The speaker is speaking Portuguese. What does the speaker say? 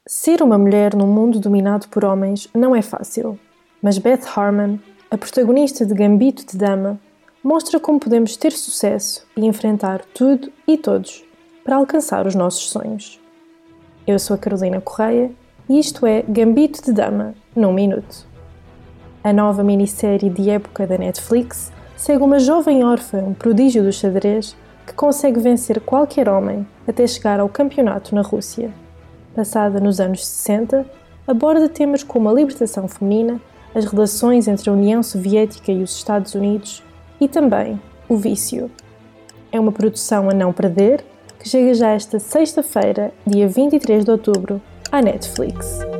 Ser uma mulher num mundo dominado por homens não é fácil, mas Beth Harmon, a protagonista de Gambito de Dama, mostra como podemos ter sucesso e enfrentar tudo e todos para alcançar os nossos sonhos. Eu sou a Carolina Correia e isto é Gambito de Dama, num minuto. A nova minissérie de época da Netflix segue uma jovem órfã, um prodígio do xadrez, que consegue vencer qualquer homem até chegar ao campeonato na Rússia. Passada nos anos 60, aborda temas como a libertação feminina, as relações entre a União Soviética e os Estados Unidos e também o vício. É uma produção a não perder, que chega já esta sexta-feira, dia 23 de outubro, à Netflix.